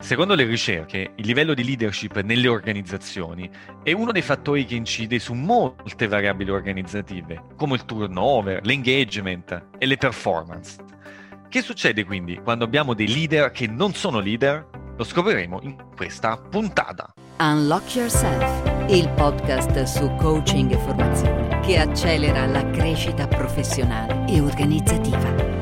Secondo le ricerche, il livello di leadership nelle organizzazioni è uno dei fattori che incide su molte variabili organizzative, come il turnover, l'engagement e le performance. Che succede quindi quando abbiamo dei leader che non sono leader? Lo scopriremo in questa puntata. Unlock Yourself, il podcast su coaching e formazione che accelera la crescita professionale e organizzativa.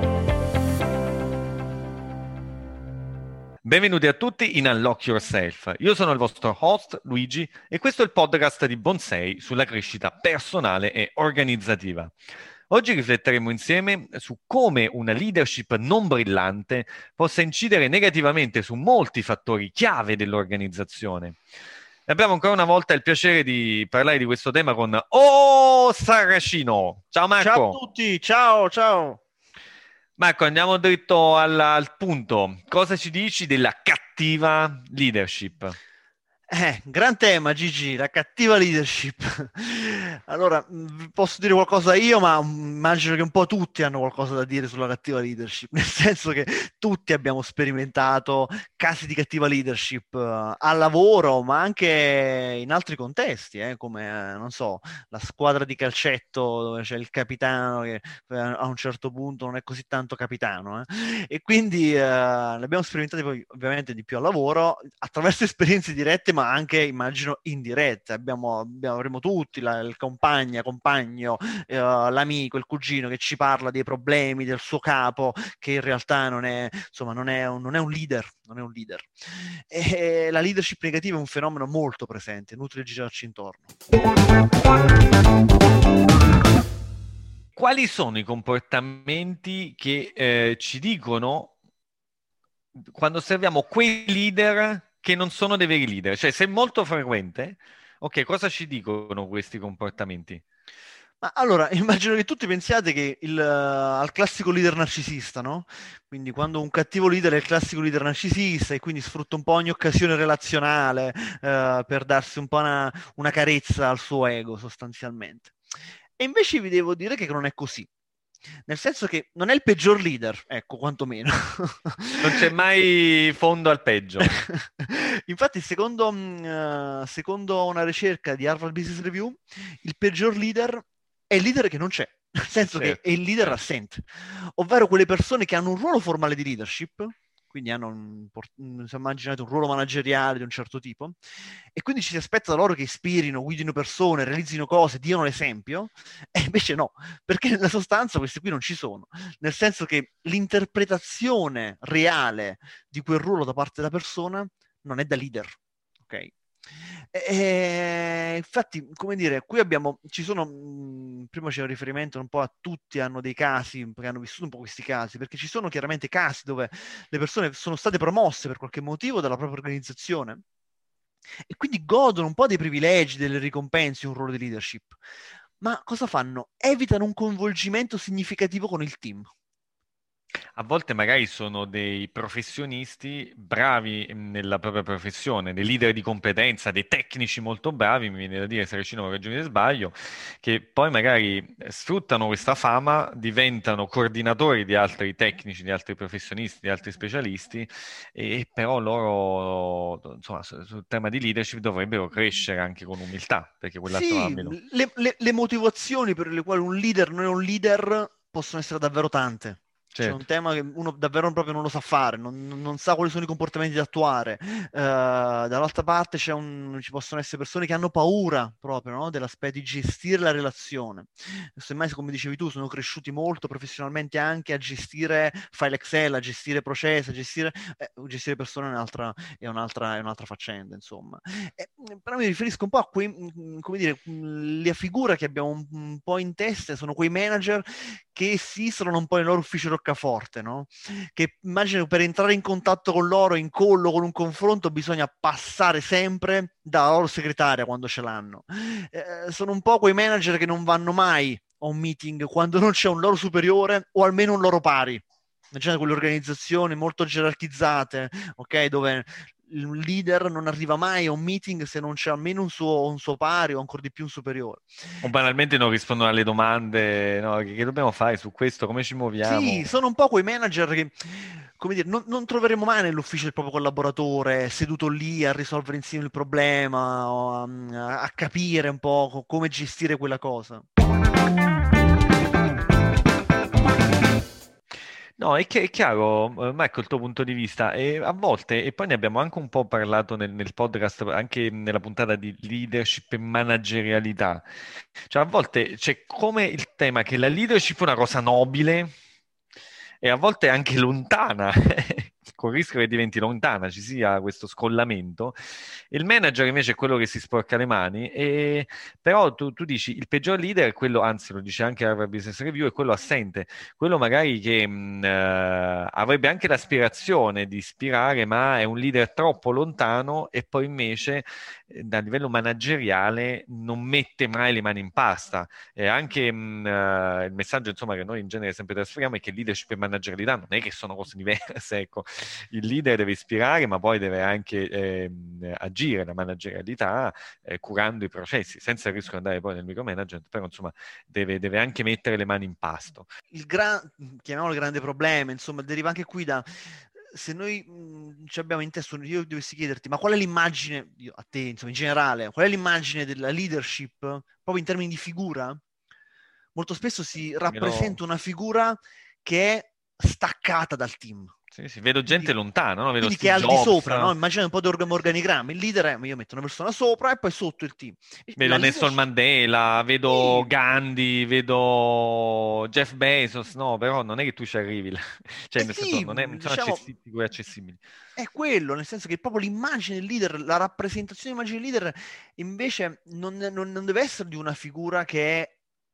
Benvenuti a tutti in Unlock Yourself. Io sono il vostro host Luigi e questo è il podcast di Bonsai sulla crescita personale e organizzativa. Oggi rifletteremo insieme su come una leadership non brillante possa incidere negativamente su molti fattori chiave dell'organizzazione. E abbiamo ancora una volta il piacere di parlare di questo tema con Saracino. Ciao Marco! Ciao a tutti, ciao! Marco, andiamo dritto al punto. Cosa ci dici della cattiva leadership? Gran tema, Gigi, la cattiva leadership. Allora, posso dire qualcosa io, ma immagino che un po' tutti hanno qualcosa da dire sulla cattiva leadership, nel senso che tutti abbiamo sperimentato casi di cattiva leadership al lavoro, ma anche in altri contesti, come, non so, la squadra di calcetto dove c'è il capitano che a un certo punto non è così tanto capitano, e quindi ne abbiamo sperimentati poi ovviamente di più al lavoro, attraverso esperienze dirette, ma anche, immagino, indirette. Avremo tutti il compagno, l'amico, il cugino che ci parla dei problemi del suo capo, che in realtà non è un leader. E la leadership negativa è un fenomeno molto presente, inutile girarci intorno. Quali sono i comportamenti che ci dicono quando osserviamo quei leader che non sono dei veri leader? Cioè, se è molto frequente, ok, cosa ci dicono questi comportamenti? Ma allora, immagino che tutti pensiate che al classico leader narcisista, no? Quindi quando un cattivo leader è il classico leader narcisista e quindi sfrutta un po' ogni occasione relazionale per darsi un po' una carezza al suo ego, sostanzialmente. E invece vi devo dire che non è così. Nel senso che non è il peggior leader, ecco, quantomeno. Non c'è mai fondo al peggio. Infatti, secondo una ricerca di Harvard Business Review, il peggior leader è il leader che non c'è, nel senso che è il leader assente, ovvero quelle persone che hanno un ruolo formale di leadership, quindi hanno immaginate un ruolo manageriale di un certo tipo, e quindi ci si aspetta da loro che ispirino, guidino persone, realizzino cose, diano l'esempio, e invece no, perché nella sostanza questi qui non ci sono, nel senso che l'interpretazione reale di quel ruolo da parte della persona non è da leader, ok? Infatti, come dire, qui ci sono, prima c'era riferimento un po' a tutti, hanno dei casi, perché hanno vissuto un po' questi casi, perché ci sono chiaramente casi dove le persone sono state promosse per qualche motivo dalla propria organizzazione e quindi godono un po' dei privilegi, delle ricompense, un ruolo di leadership. Ma cosa fanno? Evitano un coinvolgimento significativo con il team. A volte magari sono dei professionisti bravi nella propria professione, dei leader di competenza, dei tecnici molto bravi, mi viene da dire, Saracino, non ragioni se sbaglio, che poi magari sfruttano questa fama, diventano coordinatori di altri tecnici, di altri professionisti, di altri specialisti, e però loro, insomma, sul tema di leadership dovrebbero crescere anche con umiltà, perché quell'altro ambito. Le motivazioni per le quali un leader non è un leader possono essere davvero tante. C'è un tema che uno davvero proprio non lo sa fare, non sa quali sono i comportamenti da attuare. Dall'altra parte ci possono essere persone che hanno paura proprio, no? Dell'aspetto di gestire la relazione. Semmai, come dicevi tu, sono cresciuti molto professionalmente anche a gestire file Excel, a gestire processi, a gestire persone è un'altra faccenda, insomma. Però mi riferisco un po' a come dire, la figura che abbiamo un po' in testa sono quei manager che si isolano un po' nel loro ufficio roccaforte, no? Che immagino per entrare in contatto con loro, in collo, con un confronto, bisogna passare sempre dalla loro segretaria quando ce l'hanno. Sono un po' quei manager che non vanno mai a un meeting quando non c'è un loro superiore o almeno un loro pari. Immaginate quelle organizzazioni molto gerarchizzate, ok? Dove il leader non arriva mai a un meeting se non c'è almeno un suo pari o ancora di più un superiore. O banalmente non rispondono alle domande, no? Che dobbiamo fare su questo, come ci muoviamo? Sì, sono un po' quei manager che, come dire, non troveremo mai nell'ufficio il proprio collaboratore seduto lì a risolvere insieme il problema o a capire un po' come gestire quella cosa. No, è chiaro, Marco, il tuo punto di vista. E a volte, e poi ne abbiamo anche un po' parlato nel podcast, anche nella puntata di leadership e managerialità. Cioè, a volte c'è come il tema che la leadership è una cosa nobile e a volte anche lontana, con il rischio che diventi lontana, ci sia questo scollamento. Il manager invece è quello che si sporca le mani, però tu dici il peggior leader è quello, anzi lo dice anche Harvard Business Review, è quello assente, quello magari che avrebbe anche l'aspirazione di ispirare, ma è un leader troppo lontano e poi invece a livello manageriale non mette mai le mani in pasta. Anche il messaggio insomma che noi in genere sempre trasferiamo è che leadership e managerialità non è che sono cose diverse, ecco. Il leader deve ispirare, ma poi deve anche agire la managerialità curando i processi, senza il rischio di andare poi nel micromanagement, però insomma deve anche mettere le mani in pasto. Chiamiamolo il grande problema, insomma, deriva anche qui da... Se noi ci abbiamo in testa, io dovessi chiederti, ma qual è l'immagine, a te, insomma, in generale, qual è l'immagine della leadership, proprio in termini di figura? Molto spesso si rappresenta una figura che è staccata dal team. Sì, vedo gente lontana, no? Vedo quindi che è al Steve di Jobs, sopra, no? Immagina un po' di organigramma. Il leader è, io metto una persona sopra e poi sotto il team. Vedo Nelson Mandela, vedo Gandhi, vedo Jeff Bezos, no, però non è che tu ci arrivi, cioè nel senso non sono figure accessibili. È quello, nel senso che proprio l'immagine del leader, la rappresentazione dell'immagine del leader invece non deve essere di una figura che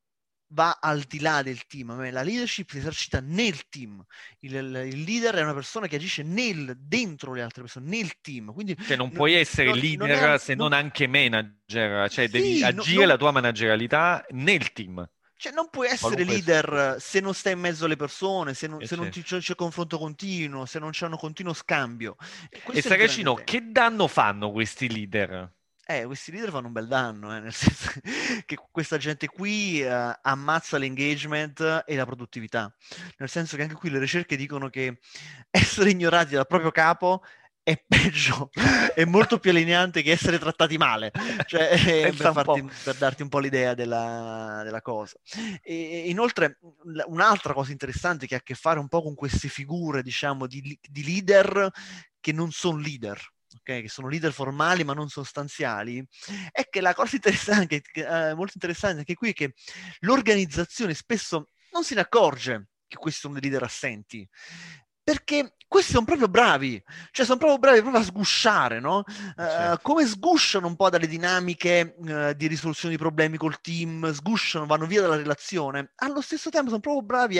va al di là del team. La leadership si esercita nel team. Il leader è una persona che agisce dentro le altre persone, nel team. Quindi cioè non puoi essere leader se non anche manager, cioè devi agire la tua managerialità nel team. Cioè non puoi essere leader se non stai in mezzo alle persone, se non c'è confronto continuo, se non c'è un continuo scambio. E Saracino, che danno fanno questi leader? Questi leader fanno un bel danno, nel senso che questa gente qui ammazza l'engagement e la produttività, nel senso che anche qui le ricerche dicono che essere ignorati dal proprio capo è peggio, è molto più allineante che essere trattati male, cioè per darti un po' l'idea della cosa. E inoltre un'altra cosa interessante che ha a che fare un po' con queste figure, diciamo, di leader che non sono leader, okay, che sono leader formali ma non sostanziali, è che la cosa interessante, molto interessante anche qui, è che l'organizzazione spesso non se ne accorge che questi sono dei leader assenti, perché questi sono proprio bravi, cioè sono proprio bravi proprio a sgusciare, no? Certo. Come sgusciano un po' dalle dinamiche di risoluzione di problemi col team, sgusciano, vanno via dalla relazione, allo stesso tempo sono proprio bravi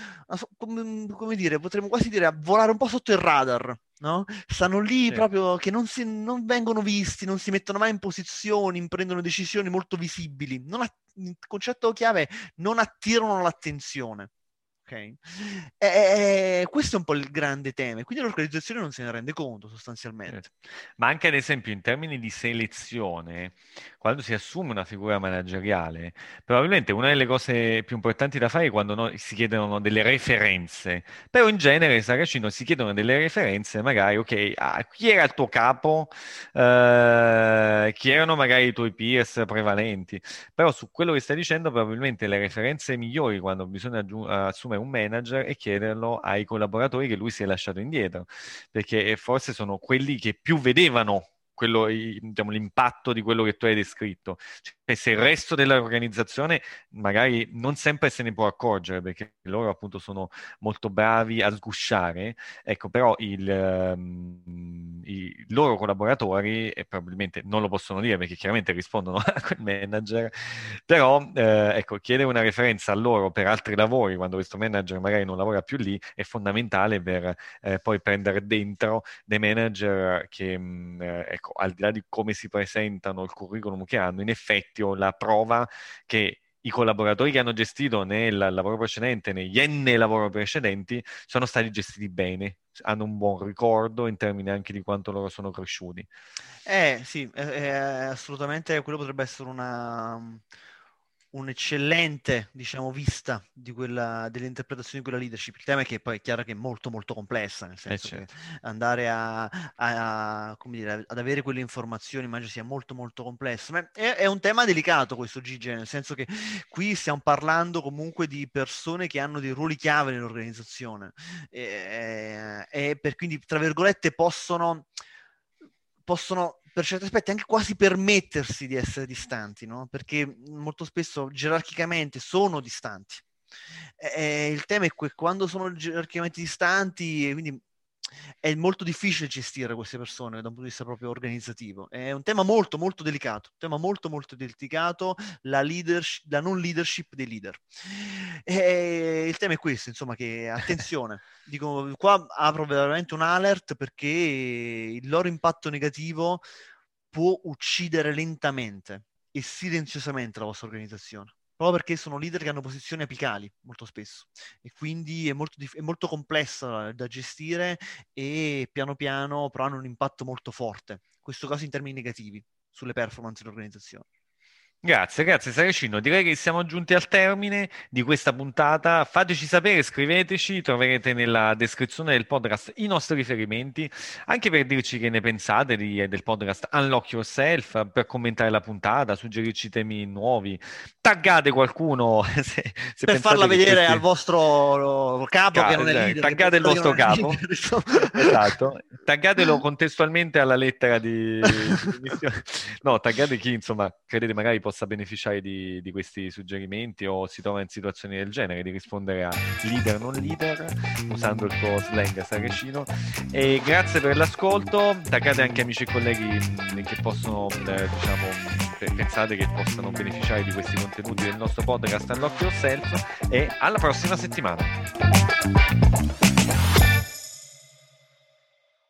come dire, potremmo quasi dire a volare un po' sotto il radar, no? Stanno lì proprio che non vengono visti, non si mettono mai in posizioni, prendono decisioni molto visibili, il concetto chiave, non attirano l'attenzione. Okay. Questo è un po' il grande tema, quindi l'organizzazione non se ne rende conto sostanzialmente. Ma anche ad esempio in termini di selezione, quando si assume una figura manageriale, probabilmente una delle cose più importanti da fare è quando si chiedono delle referenze, però in genere, Saracino, si chiedono delle referenze, magari, ok, chi era il tuo capo, chi erano magari i tuoi peers prevalenti, però su quello che stai dicendo probabilmente le referenze migliori quando bisogna assumere un manager e chiederlo ai collaboratori che lui si è lasciato indietro, perché forse sono quelli che più vedevano diciamo, l'impatto di quello che tu hai descritto. Cioè, se il resto dell'organizzazione magari non sempre se ne può accorgere, perché loro appunto sono molto bravi a sgusciare, ecco, però i loro collaboratori probabilmente non lo possono dire perché chiaramente rispondono a quel manager, però ecco, chiedere una referenza a loro per altri lavori quando questo manager magari non lavora più lì è fondamentale per poi prendere dentro dei manager che ecco, al di là di come si presentano, il curriculum che hanno, in effetti ho la prova che i collaboratori che hanno gestito nel lavoro precedente, negli N lavoro precedenti, sono stati gestiti bene, hanno un buon ricordo in termini anche di quanto loro sono cresciuti. Sì, assolutamente quello potrebbe essere un'eccellente, diciamo, vista dell'interpretazione di quella leadership. Il tema è che poi è chiaro che è molto molto complessa, nel senso che andare come dire, ad avere quelle informazioni immagino sia molto molto complesso, ma è un tema delicato questo, Gigi, nel senso che qui stiamo parlando comunque di persone che hanno dei ruoli chiave nell'organizzazione e per quindi, tra virgolette, possono per certi aspetti anche quasi permettersi di essere distanti, no? Perché molto spesso gerarchicamente sono distanti. Il tema è che quando sono gerarchicamente distanti, quindi è molto difficile gestire queste persone da un punto di vista proprio organizzativo. È un tema molto molto delicato, la non leadership dei leader. Il tema è questo, insomma, che attenzione, dico, qua apro veramente un alert, perché il loro impatto negativo può uccidere lentamente e silenziosamente la vostra organizzazione, proprio perché sono leader che hanno posizioni apicali molto spesso, e quindi è molto complessa da gestire, e piano piano però hanno un impatto molto forte, in questo caso in termini negativi, sulle performance dell'organizzazione. Grazie Saracino, direi che siamo giunti al termine di questa puntata. Fateci sapere, scriveteci, troverete nella descrizione del podcast i nostri riferimenti, anche per dirci che ne pensate del podcast Unlock Yourself, per commentare la puntata, suggerirci temi nuovi, taggate qualcuno se per farla vedere al vostro capo che non è leader, taggate il vostro capo esatto, taggatelo contestualmente alla lettera di missione. No, taggate chi insomma credete magari possa beneficiare di questi suggerimenti, o si trova in situazioni del genere, di rispondere a leader non leader usando il tuo slang Saracino. E grazie per l'ascolto, taggate anche amici e colleghi che possono pensate che possano beneficiare di questi contenuti del nostro podcast Unlock Yourself, e alla prossima settimana.